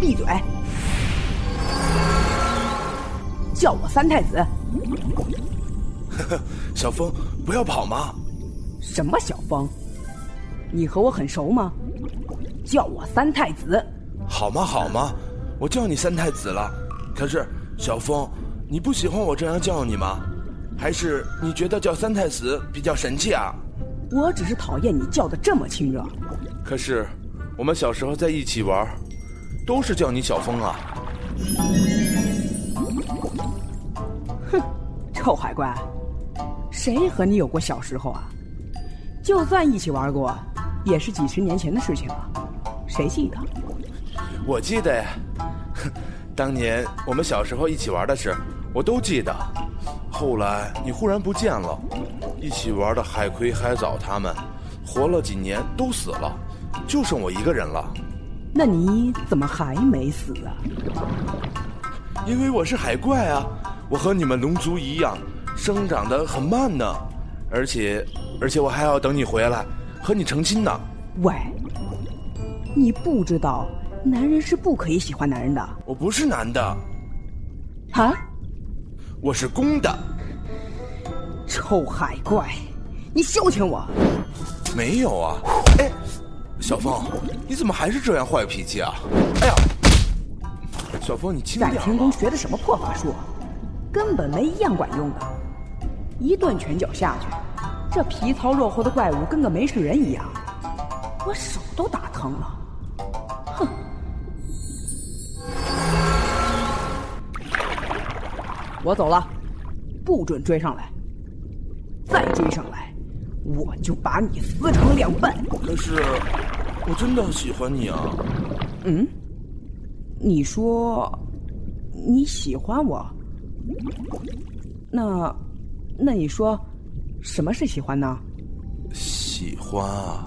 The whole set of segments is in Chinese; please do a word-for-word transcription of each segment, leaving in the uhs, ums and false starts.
闭嘴！叫我三太子。 呵呵，小风，不要跑嘛！ 什么小风？你和我很熟吗？叫我三太子。 好吗好吗，我叫你三太子了。可是小风，你不喜欢我这样叫你吗？还是你觉得叫三太子比较神气啊？ 我只是讨厌你叫得这么亲热。 可是我们小时候在一起玩，都是叫你小风啊。 哼，臭海怪，谁和你有过小时候啊？就算一起玩过，也是几十年前的事情了，谁记得？ 我记得呀，当年我们小时候一起玩的事，我都记得。后来你忽然不见了，一起玩的海葵、海藻他们，活了几年都死了，就剩我一个人了。 那你怎么还没死啊？ 因为我是海怪啊，我和你们龙族一样，生长得很慢呢，而且而且我还要等你回来和你成亲呢。 喂，你不知道男人是不可以喜欢男人的。 我不是男的。 啊？ 我是公的。 臭海怪，你消停我！ 没有啊。哎，小风，你怎么还是这样坏脾气啊？哎呀，小风，你轻点。 在天宫学的什么破法术，根本没一样管用的。一顿拳脚下去，这皮糙肉厚的怪物跟个没事人一样，我手都打疼了。哼！我走了，不准追上来。再追上来，我就把你撕成两半。 可是，我真的喜欢你啊。 嗯？你说你喜欢我？那那你说什么是喜欢呢？ 喜欢啊，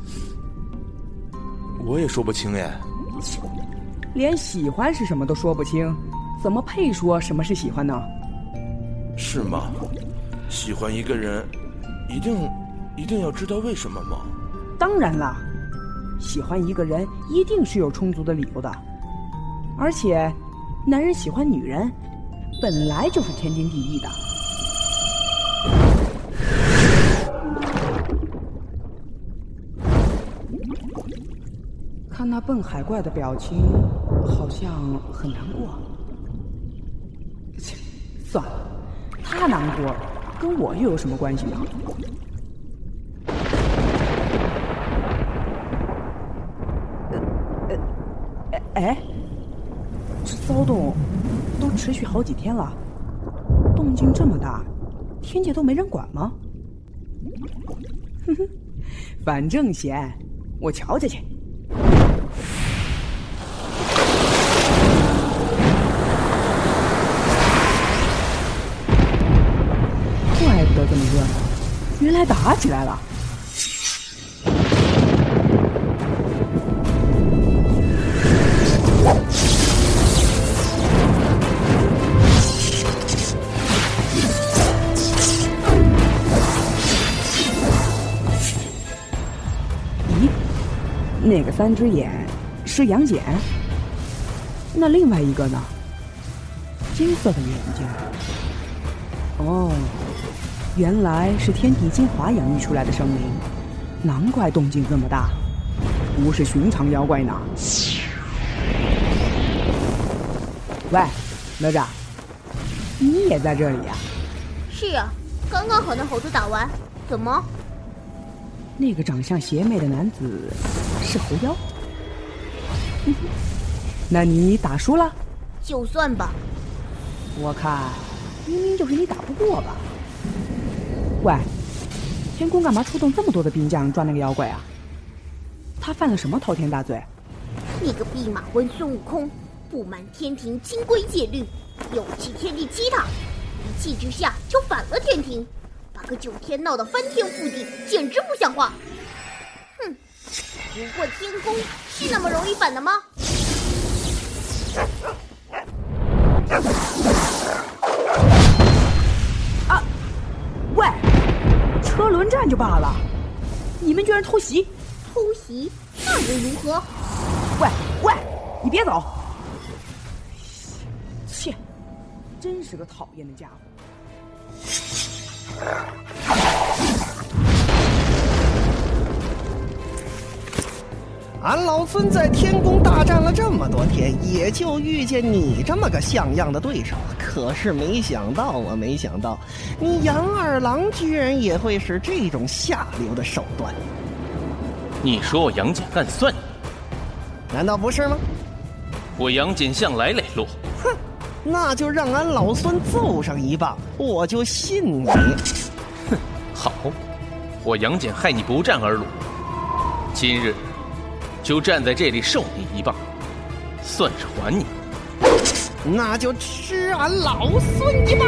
我也说不清耶。 连喜欢是什么都说不清，怎么配说什么是喜欢呢？ 是吗？喜欢一个人，一定一定要知道为什么吗？ 当然啦，喜欢一个人一定是有充足的理由的，而且，男人喜欢女人，本来就是天经地义的。看那笨海怪的表情，好像很难过。切，算了，他难过，跟我又有什么关系呢？呃呃，哎，这骚动都持续好几天了，动静这么大，天界都没人管吗？哼哼，反正闲，我瞧瞧去。怪不得这么热闹，原来打起来了。咦，那个三只眼是杨戬，那另外一个呢？金色的眼睛。哦，原来是天地精华养育出来的生灵，难怪动静这么大，不是寻常妖怪呢。喂，哪吒，你也在这里呀？ 是呀，刚刚和那猴子打完，怎么？ 那个长相邪魅的男子是猴妖？那你打输了？ 就算吧。 我看明明就是你打不过吧。喂，天宫干嘛出动这么多的兵将抓那个妖怪啊？他犯了什么滔天大罪？ 那个弼马温孙悟空不满天庭清规戒律，又弃天地欺他，一气之下就反了天庭，把个九天闹得翻天覆地，简直不像话。哼，不过天宫是那么容易反的吗？ 啊！喂，车轮战就罢了，你们居然偷袭！ 偷袭？那又如何？ 喂喂，你别走， 真是个讨厌的家伙。 俺老孙在天宫大战了这么多天，也就遇见你这么个像样的对手。可是没想到啊，没想到你杨二郎居然也会使这种下流的手段。 你说我杨戬干算你？ 难道不是吗？ 我杨戬向来磊落。 哼，那就让俺老孙揍上一棒，我就信你。 哼，好，我杨戬害你不战而虏，今日就站在这里受你一棒，算是还你。 那就吃俺老孙一棒！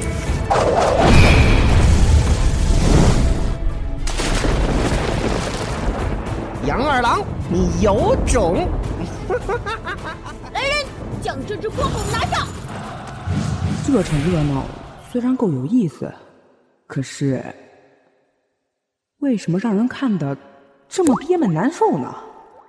杨二郎，你有种！ 来人，将这只光狗拿下！ 这场热闹虽然够有意思，可是为什么让人看得这么憋闷难受呢？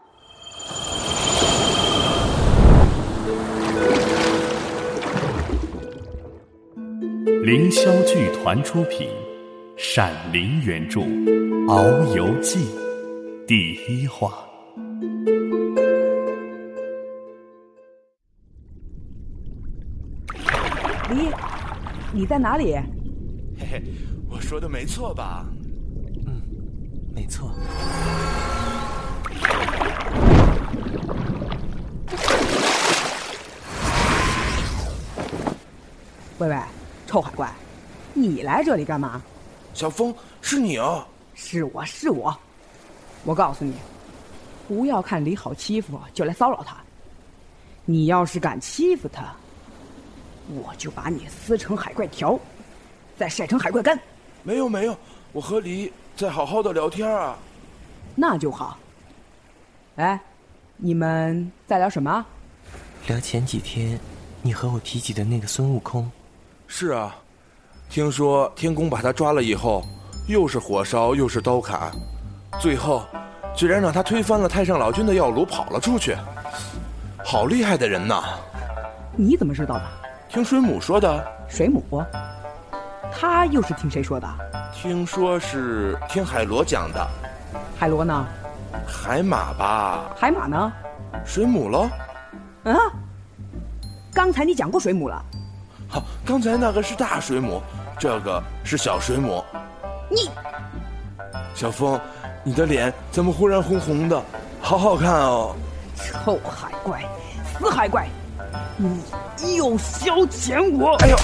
凌霄剧团出品，闪灵原著，《遨游记》第一话。 离，你在哪里？ 嘿嘿，我说的没错吧？ 嗯，没错。 喂喂，臭海怪，你来这里干嘛？ 小风，是你啊！ 是我是我，我告诉你，不要看李好欺负就来骚扰他。你要是敢欺负他，我就把你撕成海怪条，再晒成海怪干。 没有没有，我和李在好好的聊天啊。 那就好。哎，你们在聊什么？ 聊前几天你和我提起的那个孙悟空。 是啊，听说天宫把他抓了以后，又是火烧又是刀砍，最后居然让他推翻了太上老君的药炉跑了出去。好厉害的人呐！ 你怎么知道的？ 听水母说的。 水母？他又是听谁说的？ 听说是听海螺讲的。 海螺呢？ 海马吧。 海马呢？ 水母喽。 啊？刚才你讲过水母了。 好，刚才那个是大水母，这个是小水母。 你， 小风，你的脸怎么忽然红红的？好好看哦！ 臭海怪，死海怪，你又消遣我！ 哎呦，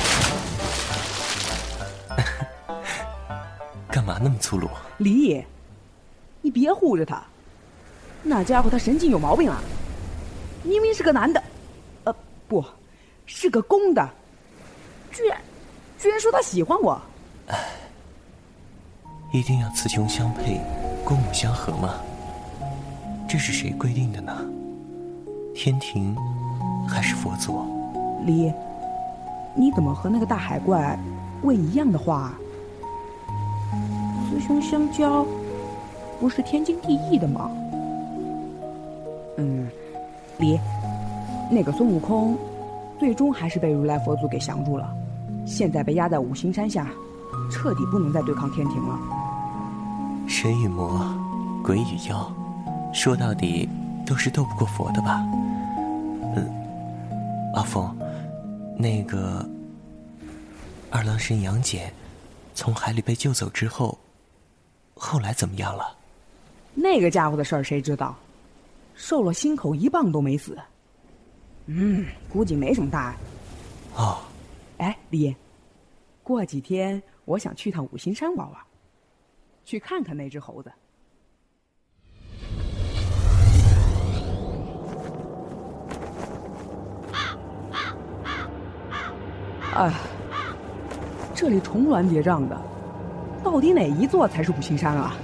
干嘛那么粗鲁？ 李野，你别护着他，那家伙他神经有毛病啊！明明是个男的，呃，不，是个公的。居然，居然说他喜欢我！ 唉，一定要雌雄相配，公母相合吗？这是谁规定的呢？天庭还是佛祖？ 李，你怎么和那个大海怪问一样的话？雌雄相交，不是天经地义的吗？嗯，李，那个孙悟空，最终还是被如来佛祖给降住了。现在被压在五行山下，彻底不能再对抗天庭了。 神与魔，鬼与妖，说到底都是斗不过佛的吧？嗯，阿凤，那个二郎神杨戬从海里被救走之后，后来怎么样了？ 那个家伙的事儿谁知道？受了心口一棒都没死。嗯，估计没什么大碍。 哦。 哎，李，过几天我想去趟五行山玩玩，去看看那只猴子。哎，这里重峦叠嶂的，到底哪一座才是五行山啊？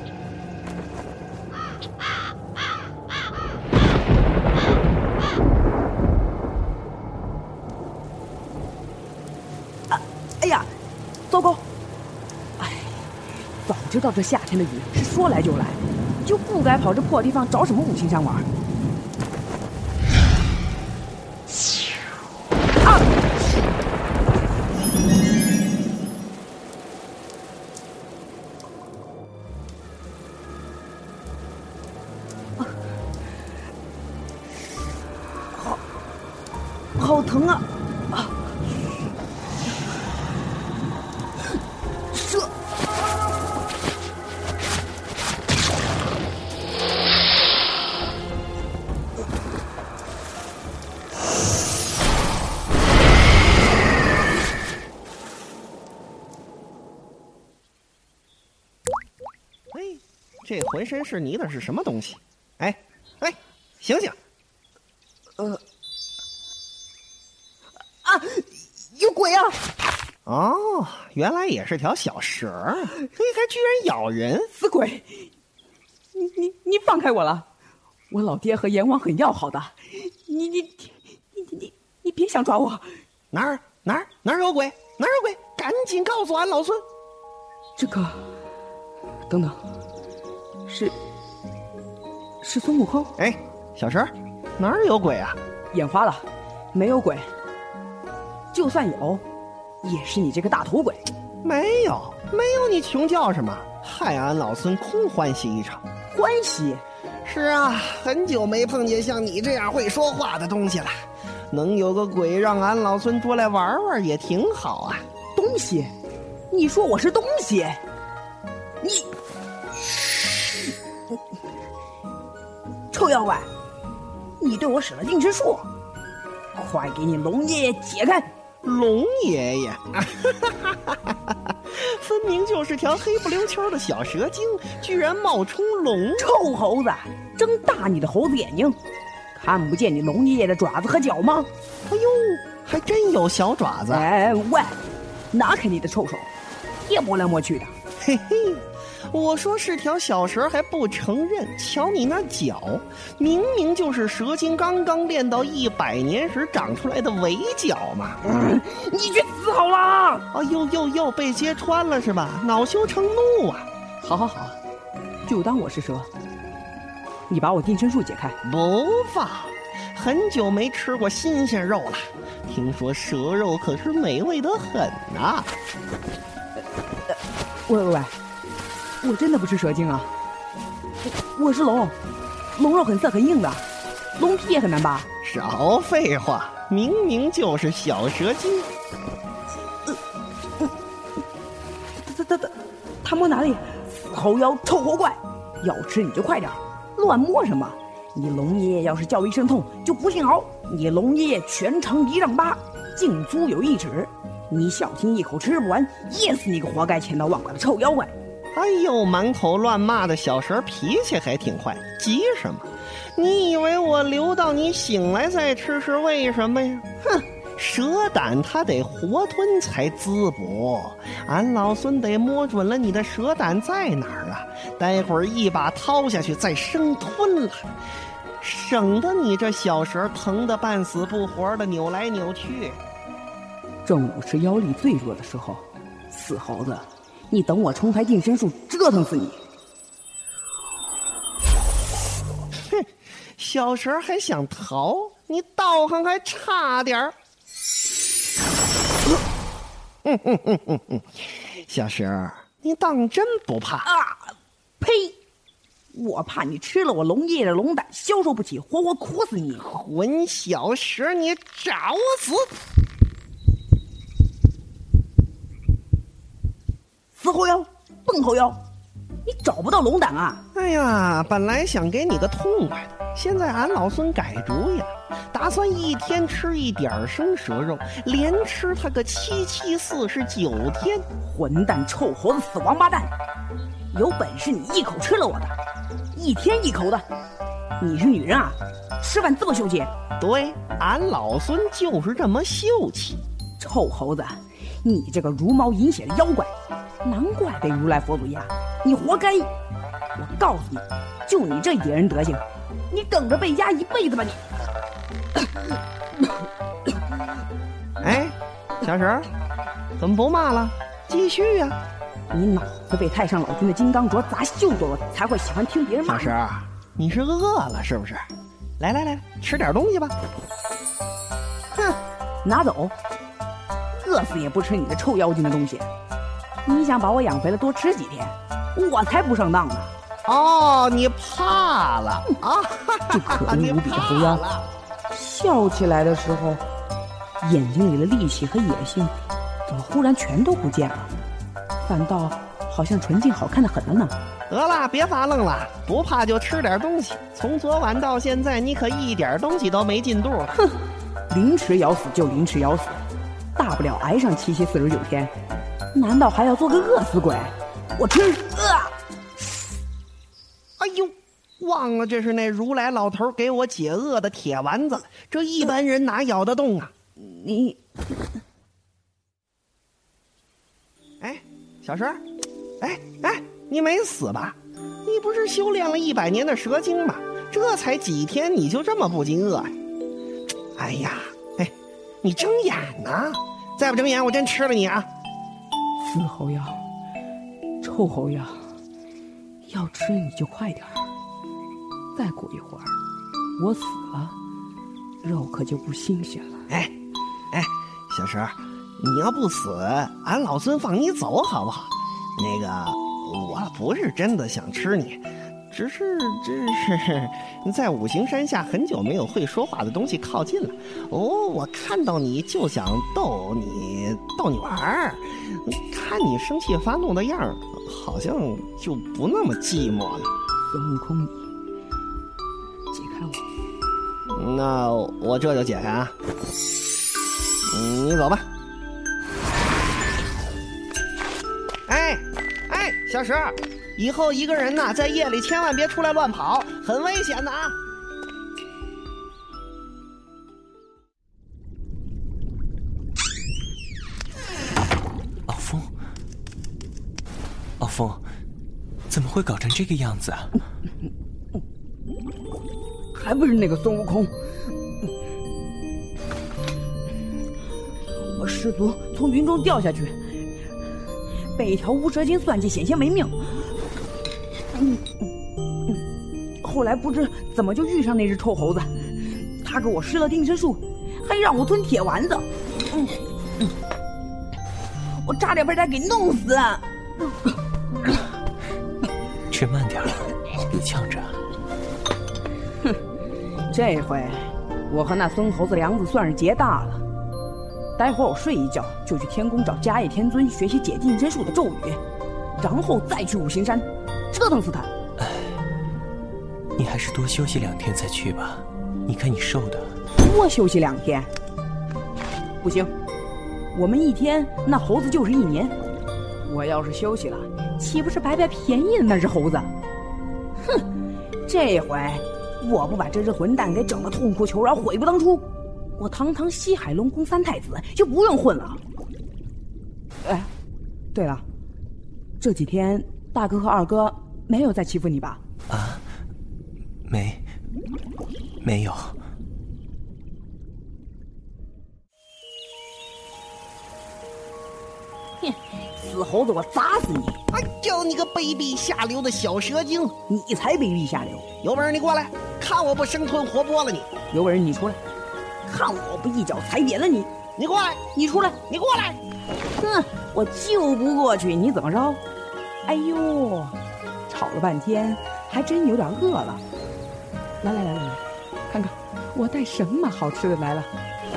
哎呀，糟糕！哎，早知道这夏天的雨是说来就来，就不该跑这破地方找什么五行山玩。啊！ 好疼啊！啊！射！ 哎，这浑身是泥的是什么东西？哎哎，醒醒！ 呃，啊，有鬼啊！ 哦，原来也是条小蛇，嘿，还居然咬人！ 死鬼！你你你放开我了！我老爹和阎王很要好的，你你你你你你别想抓我！ 哪儿哪儿哪儿有鬼？哪儿有鬼？赶紧告诉俺老孙！ 这个，等等，是是孙悟空？ 哎，小蛇，哪儿有鬼啊？ 眼花了，没有鬼。就算有，也是你这个大头鬼。 没有，没有，你穷叫什么？害俺老孙空欢喜一场。 欢喜？ 是啊，很久没碰见像你这样会说话的东西了。能有个鬼让俺老孙捉来玩玩也挺好啊。 东西？你说我是东西？你，臭妖怪，你对我使了定身术，快给你龙爷爷解开！ 龙爷爷，分明就是条黑不溜秋的小蛇精，居然冒充龙！ 臭猴子，睁大你的猴子眼睛，看不见你龙爷爷的爪子和脚吗？ 哎呦，还真有小爪子！ 哎喂，拿开你的臭手，别摸来摸去的！ 嘿嘿，我说是条小蛇还不承认，瞧你那脚，明明就是蛇精刚刚练到一百年时长出来的围脚嘛！ 嗯，你去死好了！ 哎呦呦呦，被揭穿了是吧？恼羞成怒啊！ 好好好，就当我是蛇，你把我定身术解开。 不放，很久没吃过新鲜肉了，听说蛇肉可是美味得很呐、 呃。喂喂喂，我真的不是蛇精啊，我我是龙，龙肉很涩很硬的，龙皮也很难拔。 少废话，明明就是小蛇精。 呃呃、他他他他摸哪里？死猴妖，臭猴怪，要吃你就快点，乱摸什么？你龙爷爷要是叫一声痛，就不姓敖。你龙爷爷全长一丈八，净足有一尺。你小心一口吃不完，噎死你个活该千刀万剐的臭妖怪！ 哎呦，满口乱骂的小蛇脾气还挺坏，急什么？你以为我留到你醒来再吃是为什么呀？哼，蛇胆它得活吞才滋补，俺老孙得摸准了你的蛇胆在哪儿啊，待会儿一把掏下去再生吞了，省得你这小蛇疼得半死不活的扭来扭去。 正午是妖力最弱的时候，死猴子，你等我重开定身术，折腾死你！ 哼，小蛇还想逃，你道行还差点儿。嗯嗯嗯嗯嗯，小蛇，你当真不怕啊？呸！我怕你吃了我龙爷爷的龙胆，消受不起，活活苦死你！ 混小蛇，你找死！ 死猴妖，笨猴妖，你找不到龙胆啊！ 哎呀，本来想给你个痛快的，现在俺老孙改主意了，打算一天吃一点生蛇肉，连吃它个七七四十九天。 混蛋臭猴子，死王八蛋！有本事你一口吃了我的，一天一口的。你是女人啊？吃饭这么羞气？ 对，俺老孙就是这么秀气。 臭猴子，你这个茹毛饮血的妖怪，难怪被如来佛祖压，你活该！我告诉你，就你这野人德行，你等着被压一辈子吧你！ 哎，小蛇，怎么不骂了？继续呀、啊！ 你脑子被太上老君的金刚镯砸锈多了，才会喜欢听别人骂。 小蛇，你是饿了是不是？来来来，吃点东西吧。 哼，拿走！饿死也不吃你的臭妖精的东西！你想把我养肥了多吃几天，我才不上当呢！ 哦，你怕了啊！ 这可恶无比的猴妖，笑起来的时候眼睛里的戾气和野性怎么忽然全都不见了，反倒好像纯净好看的很了呢？ 得了，别发愣了，不怕就吃点东西。从昨晚到现在，你可一点东西都没进肚。 哼，临迟咬死就临迟咬死，大不了挨上七七四十九天，难道还要做个饿死鬼？我吃！啊！ 哎呦，忘了这是那如来老头给我解饿的铁丸子，这一般人哪咬得动啊？ 你， 哎，小蛇，哎哎，你没死吧？你不是修炼了一百年的蛇精吗？这才几天你就这么不禁饿呀？哎呀，哎，你睁眼呢？再不睁眼，我真吃了你啊！ 死猴药，臭猴药，要吃你就快点儿。再过一会儿，我死了，肉可就不新鲜了。 哎，哎，小蛇，你要不死，俺老孙放你走好不好？那个，我不是真的想吃你，只是这是在五行山下很久没有会说话的东西靠近了。哦，我看到你就想逗你逗你玩儿，看你生气发怒的样儿，好像就不那么寂寞了。 孙悟空，解开我。 那我这就解开啊。嗯，你走吧。哎哎，小石，以后一个人呐，在夜里千万别出来乱跑，很危险的啊。 老风，老风，怎么会搞成这个样子啊？ 还不是那个孙悟空！我失足从云中掉下去，被一条乌蛇精算计，险些没命。嗯嗯，后来不知怎么就遇上那只臭猴子，他给我施了定身术，还让我吞铁丸子。嗯嗯，我差点被他给弄死。 吃慢点，别呛着。 哼，这回我和那孙猴子梁子算是结大了。待会儿我睡一觉，就去天宫找迦叶天尊学习解定身术的咒语，然后再去五行山折腾死他。 哎，你还是多休息两天再去吧。你看你瘦的。 多休息两天？不行，我们一天，那猴子就是一年。我要是休息了，岂不是白白便宜了那只猴子？哼，这回我不把这只混蛋给整得痛哭求饶，悔不当初，我堂堂西海龙宫三太子就不用混了。哎，对了，这几天大哥和二哥没有再欺负你吧？ 啊，没，没有。 哼，死猴子，我砸死你！ 哎，叫你个卑鄙下流的小蛇精！ 你才卑鄙下流！ 有本事你过来，看我不生吞活剥了你！ 有本事你出来，看我不一脚踩扁了你！ 你过来， 你出来， 你过来！ 哼，我就不过去，你怎么着？哎呦，吵了半天，还真有点饿了。来来来来来，看看我带什么好吃的来了。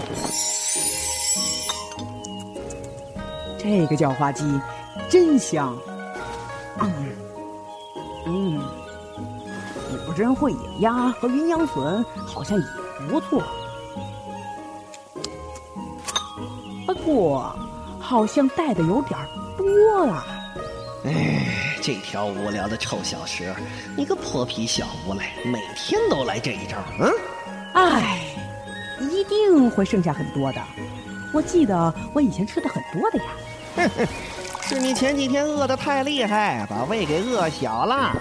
这个叫花鸡真香。嗯嗯，五珍烩野鸭和云阳笋好像也不错，不过好像带的有点多了。 哎，这条无聊的臭小蛇，你个破皮小无赖，每天都来这一招，嗯？ 哎，一定会剩下很多的。我记得我以前吃的很多的呀。 哼哼，是你前几天饿得太厉害，把胃给饿小了。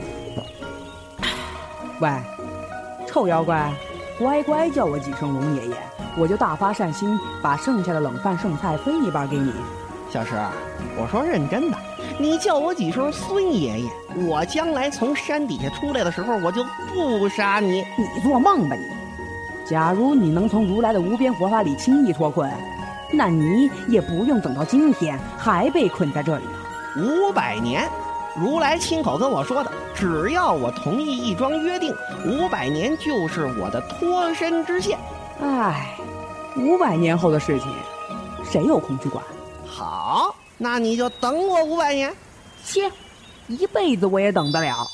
喂，臭妖怪，乖乖叫我几声龙爷爷，我就大发善心，把剩下的冷饭剩菜分一半给你。 小石，我说认真的，你叫我几声孙爷爷，我将来从山底下出来的时候，我就不杀你。 你做梦吧你！假如你能从如来的无边佛法里轻易脱困，那你也不用等到今天还被困在这里了。 五百年，如来亲口跟我说的，只要我同意一桩约定，五百年就是我的脱身之限。 唉， 五百年后的事情，谁有空去管？ 好，那你就等我五百年。 切，一辈子我也等得了。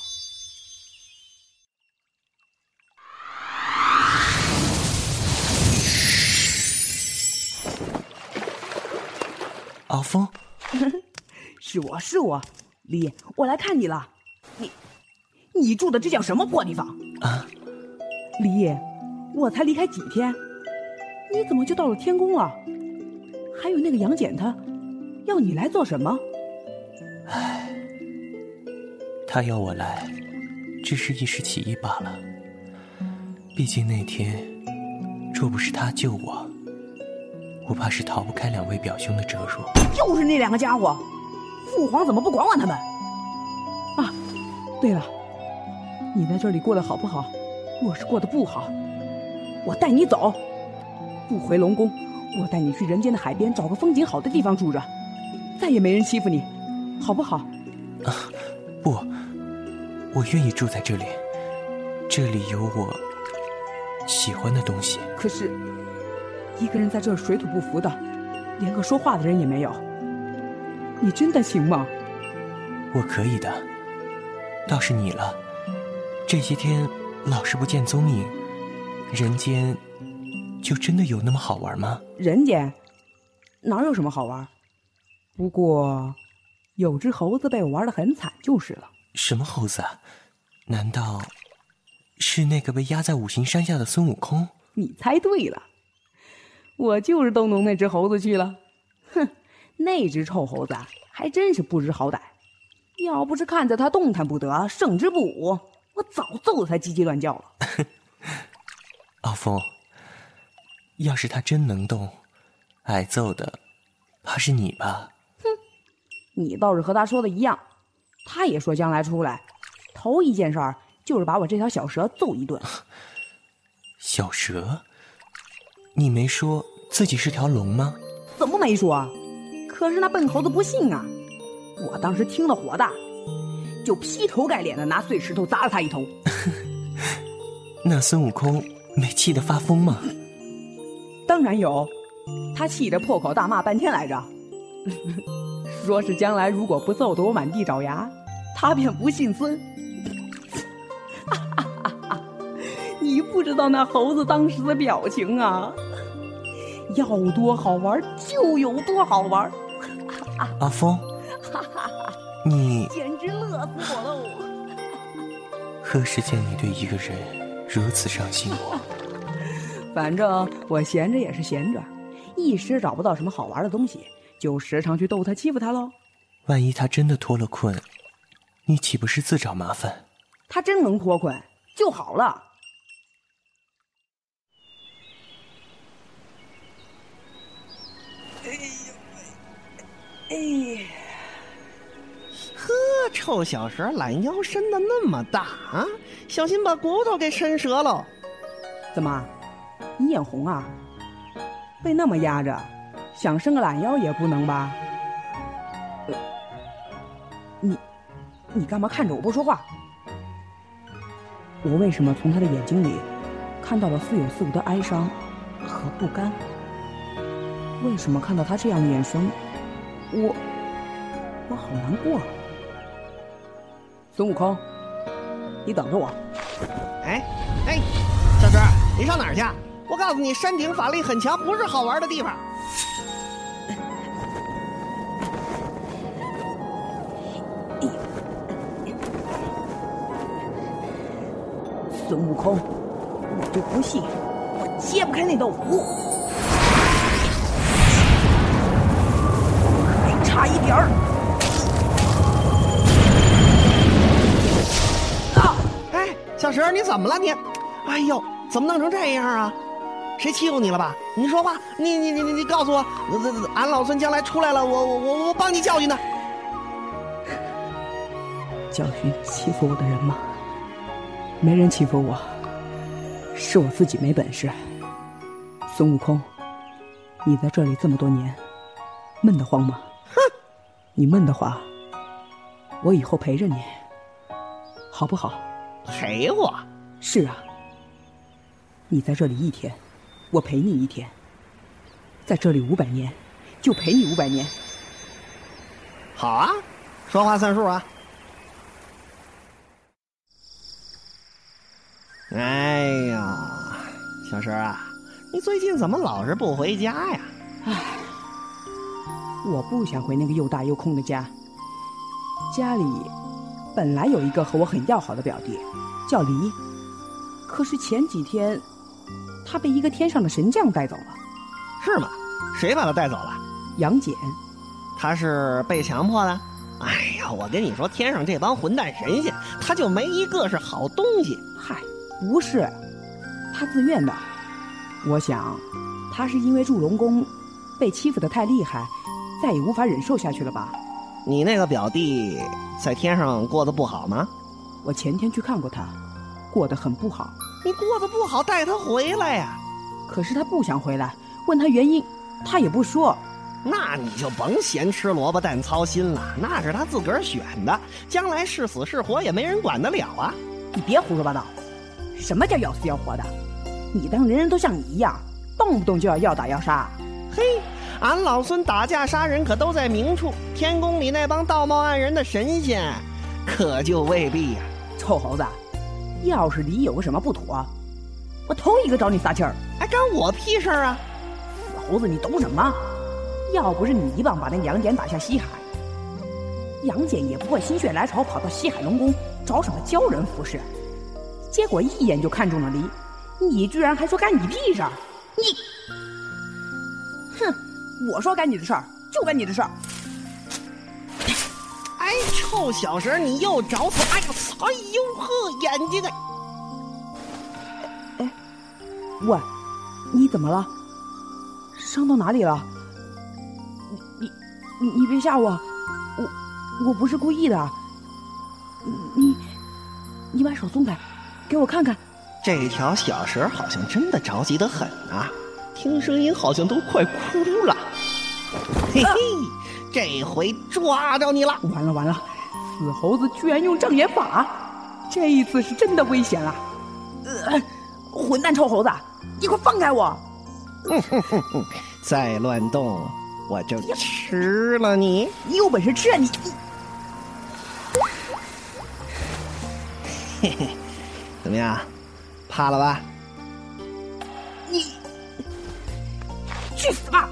敖风， 是我是我，李，我来看你了。你，你住的这叫什么破地方啊？ 李，我才离开几天，你怎么就到了天宫了？还有那个杨戬他，要你来做什么？ 唉，他要我来，只是一时起意罢了。毕竟那天，若不是他救我，我怕是逃不开两位表兄的折辱。 就是那两个家伙，父皇怎么不管管他们？啊，对了，你在这里过得好不好？若是过得不好，我带你走，不回龙宫，我带你去人间的海边找个风景好的地方住着，再也没人欺负你，好不好？ 啊，不，我愿意住在这里，这里有我喜欢的东西。 可是一个人在这儿水土不服的，连个说话的人也没有，你真的行吗？ 我可以的，倒是你了，这些天老是不见踪影，人间就真的有那么好玩吗？ 人间哪有什么好玩？不过有只猴子被我玩得很惨就是了。 什么猴子啊？难道是那个被压在五行山下的孙悟空？ 你猜对了，我就是动动那只猴子去了。哼，那只臭猴子还真是不知好歹，要不是看着他动弹不得，胜之不武，我早揍他叽叽乱叫了。 敖风，要是他真能动，挨揍的怕是你吧？ 哼，你倒是和他说的一样，他也说将来出来，头一件事儿就是把我这条小蛇揍一顿。 小蛇？你没说自己是条龙吗？ 怎么没说？可是那笨猴子不信啊！我当时听了火大，就劈头盖脸的拿碎石头砸了他一头。 那孙悟空没气得发疯吗？ 当然有，他气得破口大骂半天来着，说是将来如果不揍得我满地找牙，他便不姓孙。你不知道那猴子当时的表情啊，要多好玩就有多好玩。 阿峰，你简直乐死我喽！ 何时见你对一个人如此上心过？ 反正我闲着也是闲着，一时找不到什么好玩的东西，就时常去逗他欺负他喽。 万一他真的脱了困，你岂不是自找麻烦？ 他真能脱困就好了。哎呦，哎， 呵，臭小蛇懒腰伸得那么大啊，小心把骨头给伸折了。 怎么，你眼红啊？被那么压着，想伸个懒腰也不能吧？呃、你，你干嘛看着我不说话？我为什么从他的眼睛里看到了似有似无的哀伤和不甘？为什么看到他这样的眼神，我我好难过。孙悟空，你等着我。 哎哎，小蛇，你上哪儿去？我告诉你，山顶法力很强，不是好玩的地方。 孙悟空，我就不信我揭不开那道符。还差一点儿。 啊！哎，小蛇，你怎么了你？哎呦，怎么弄成这样啊？谁欺负你了吧？你说话，你你你你你告诉我，俺老孙将来出来了，我我我我帮你教训他。 教训欺负我的人吗？没人欺负我，是我自己没本事。孙悟空，你在这里这么多年，闷得慌吗？ 哼， 你闷的话，我以后陪着你，好不好？ 陪我？ 是啊，你在这里一天，我陪你一天， 在这里五百年，就陪你五百年。 好啊，说话算数啊。哎呀，小石啊，你最近怎么老是不回家呀？ 唉，我不想回那个又大又空的家。家里本来有一个和我很要好的表弟，叫黎，可是前几天他被一个天上的神将带走了。 是吗？谁把他带走了？ 杨戬。 他是被强迫的？哎呀，我跟你说，天上这帮混蛋神仙，他就没一个是好东西。 嗨，不是，他自愿的。我想，他是因为住龙宫被欺负得太厉害，再也无法忍受下去了吧。 你那个表弟在天上过得不好吗？ 我前天去看过他，过得很不好。 你过得不好，带他回来呀。 可是他不想回来，问他原因，他也不说。 那你就甭嫌吃萝卜淡操心了，那是他自个儿选的，将来是死是活也没人管得了啊。 你别胡说八道，什么叫要死要活的？你当人人都像你一样，动不动就要要打要杀？ 嘿，俺老孙打架杀人可都在明处，天宫里那帮道貌岸然的神仙可就未必呀、啊。 臭猴子，要是里有个什么不妥，我头一个找你撒气儿。 还干我屁事儿啊？ 死猴子，你懂什么？要不是你一棒把那杨戬打下西海，杨戬也不会心血来潮跑到西海龙宫找什么鲛人服侍，结果一眼就看中了黎，你居然还说干你屁事儿！你，哼，我说干你的事儿就干你的事儿。 哎，臭小蛇，你又找死！哎呦，哎呦呵，眼睛啊！ 哎，喂，你怎么了？伤到哪里了？你你你别吓我，我我不是故意的。你你把手松开，给我看看。 这条小蛇好像真的着急得很啊，听声音好像都快哭了。嘿嘿，这回抓着你了！ 完了完了，死猴子居然用障眼法，这一次是真的危险了。呃，混蛋臭猴子，你快放开我！ 哼哼哼哼，再乱动我就吃了你！ 你有本事吃啊你！ 嘿嘿，怎么样，怕了吧？ 你去死吧！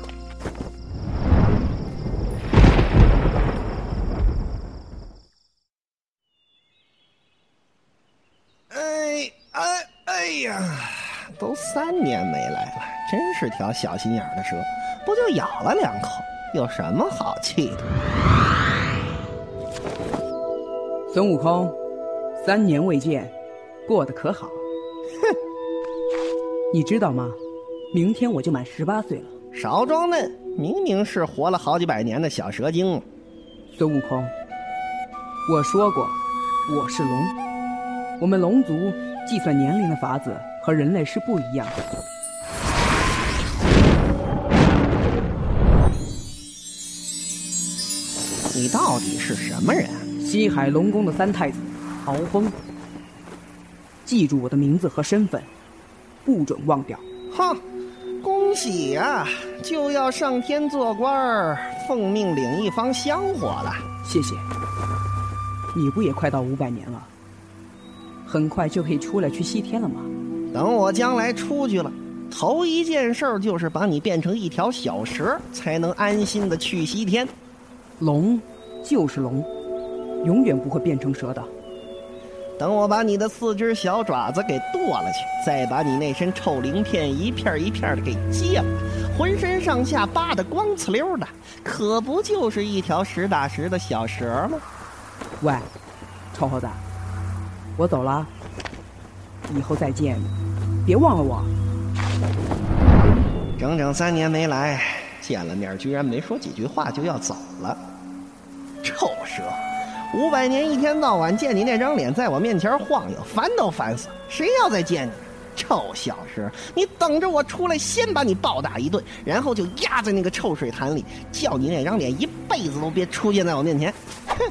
哎哎哎呀，都三年没来了，真是条小心眼的蛇，不就咬了两口，有什么好气的？ 孙悟空，三年未见，过得可好？ 哼， 你知道吗？明天我就满十八岁了。 少装嫩，明明是活了好几百年的小蛇精。 孙悟空，我说过，我是龙。我们龙族计算年龄的法子和人类是不一样的。 你到底是什么人？ 西海龙宫的三太子鳌峰。记住我的名字和身份，不准忘掉。 哼，恭喜呀、啊，就要上天做官儿，奉命领一方香火了。 谢谢。你不也快到五百年了？很快就可以出来去西天了吗？ 等我将来出去了，头一件事就是把你变成一条小蛇，才能安心的去西天。 龙就是龙，永远不会变成蛇的。 等我把你的四只小爪子给剁了去，再把你那身臭鳞片一片一片的给揭了，浑身上下扒得光呲溜的，可不就是一条实打实的小蛇吗？ 喂，臭猴子，我走了，以后再见，别忘了我。 整整三年没来，见了面居然没说几句话就要走了，臭蛇！五百年一天到晚见你那张脸在我面前晃悠，烦都烦死了。谁要再见你？臭小蛇，你等着我出来，先把你暴打一顿，然后就压在那个臭水潭里，叫你那张脸一辈子都别出现在我面前。哼！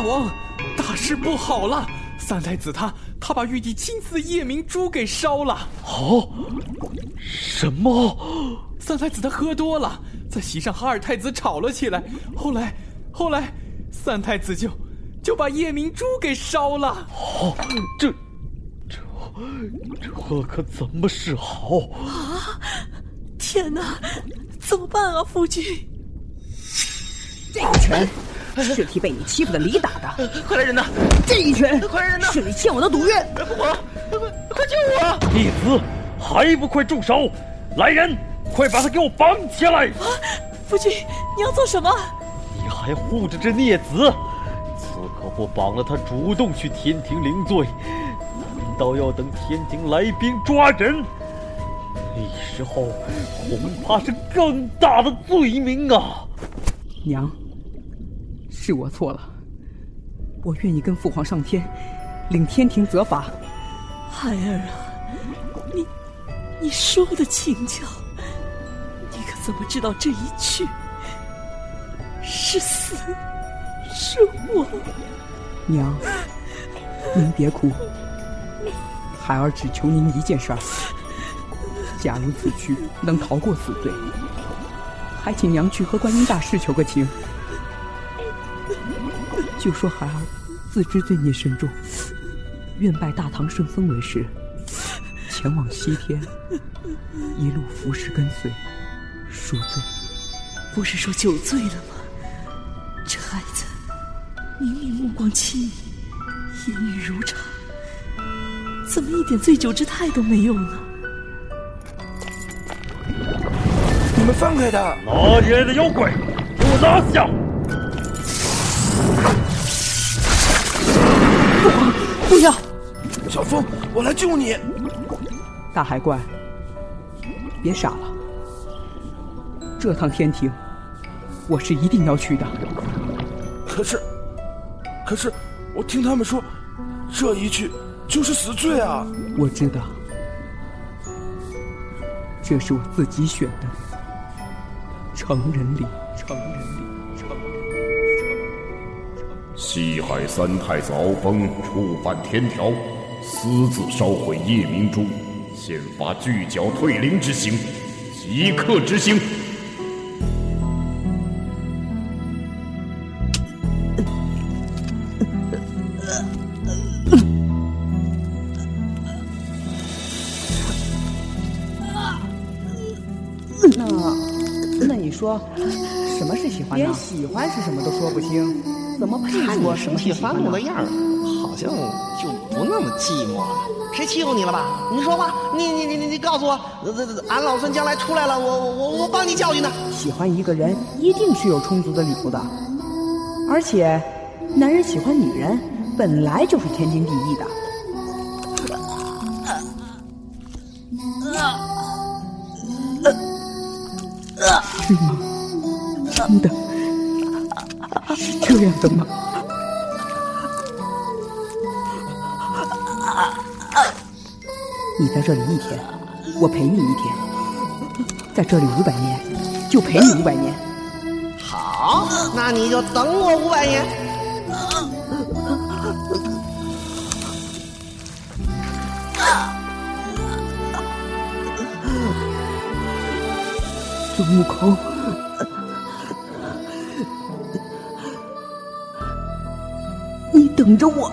王，大事不好了！三太子他他把玉帝亲赐的夜明珠给烧了。 哦，什么？ 三太子他喝多了，在席上和二太子吵了起来，后来后来三太子就就把夜明珠给烧了。 哦，这这这可怎么是好啊！天哪，怎么办啊，夫君？ 这一拳是替被你欺负的李打的， 快来人呐！ 这一拳快来人呐！ 是你欠我的赌约。 我，快救我！ 逆子，还不快住手！来人，快把他给我绑起来！ 啊，夫君，你要做什么？ 你还护着这孽子，此刻不绑了他，主动去天庭领罪，难道要等天庭来兵抓人？那时候恐怕是更大的罪名啊！ 娘，是我错了，我愿意跟父皇上天，领天庭责罚。 孩儿啊，你你说的轻巧，你可怎么知道这一去是死是活？ 娘，您别哭，孩儿只求您一件事儿，假如此去能逃过死罪，还请娘去和观音大士求个情，就说孩儿自知罪孽深重，愿拜大唐圣僧为师，前往西天，一路服侍跟随，赎罪。 不是说酒醉了吗？这孩子明明目光清逸，言语如常，怎么一点醉酒之态都没有呢？ 你们放开他！ 哪里来的妖怪，给我拿下！ 父皇，不要！ 小风，我来救你！ 大海怪，别傻了，这趟天庭我是一定要去的。 可是可是我听他们说这一去就是死罪啊。 我知道，这是我自己选的，成人礼，成人礼，成人礼。 西海三太子敖风触犯天条，私自烧毁夜明珠，现发拒缴退灵之刑，即刻执行。 那那你说什么是喜欢呢？连喜欢是什么都说不清，怎么配说什么是喜欢呢？ 发怒的样儿，好像就不那么寂寞了。谁欺负你了吧？你说吧，你你你你你告诉我，俺老孙将来出来了，我我我我帮你教训他。 喜欢一个人一定是有充足的理由的，而且男人喜欢女人本来就是天经地义的。是吗？真的是这样的吗？你在这里一天，我陪你一天；在这里五百年，就陪你五百年。 好，那你就等我五百年。 孙悟空，你等着我。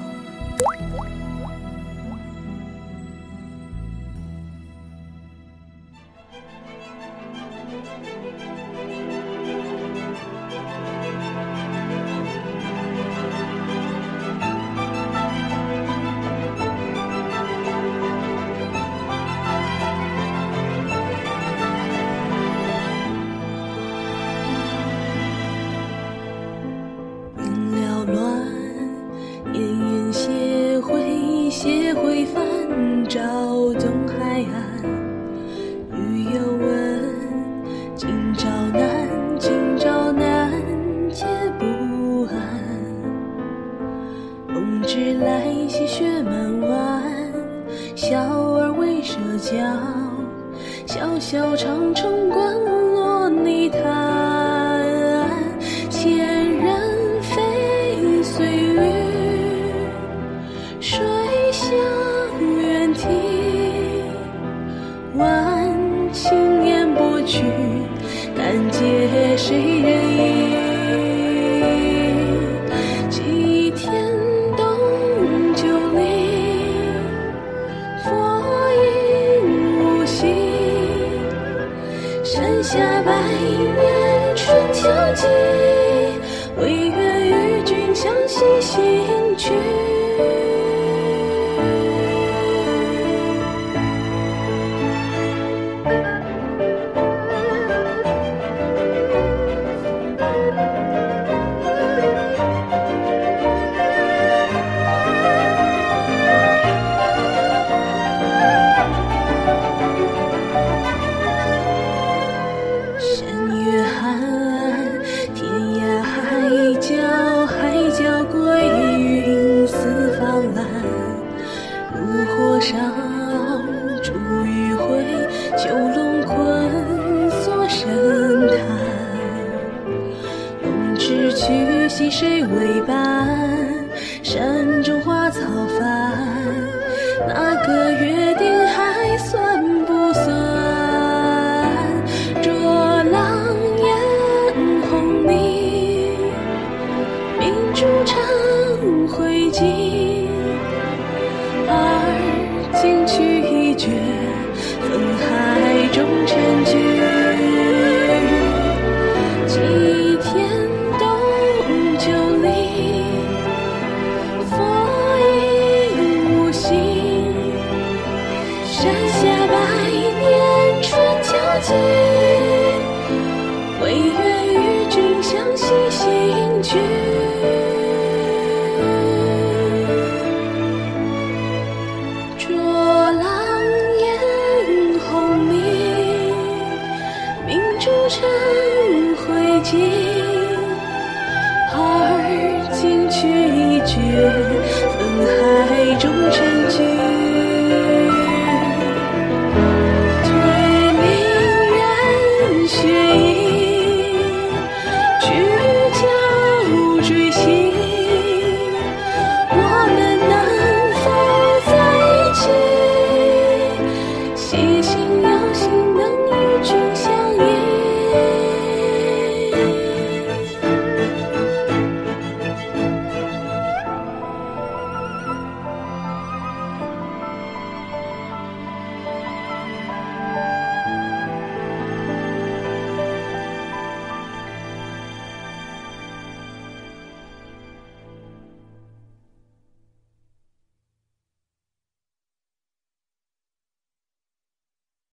小小长城关落泥潭，仙人飞随上，朱余晖，九龙困锁神潭。龙之去，溪水为伴，山中花草繁。那个约定还算不算？浊浪烟红霓，明珠常回尽。而今曲绝，风海中尘居。几天东九里，佛影无形。山下百年春秋季，唯愿与君相惜行居。浊浪烟红霓，明珠常回尽。而今曲绝。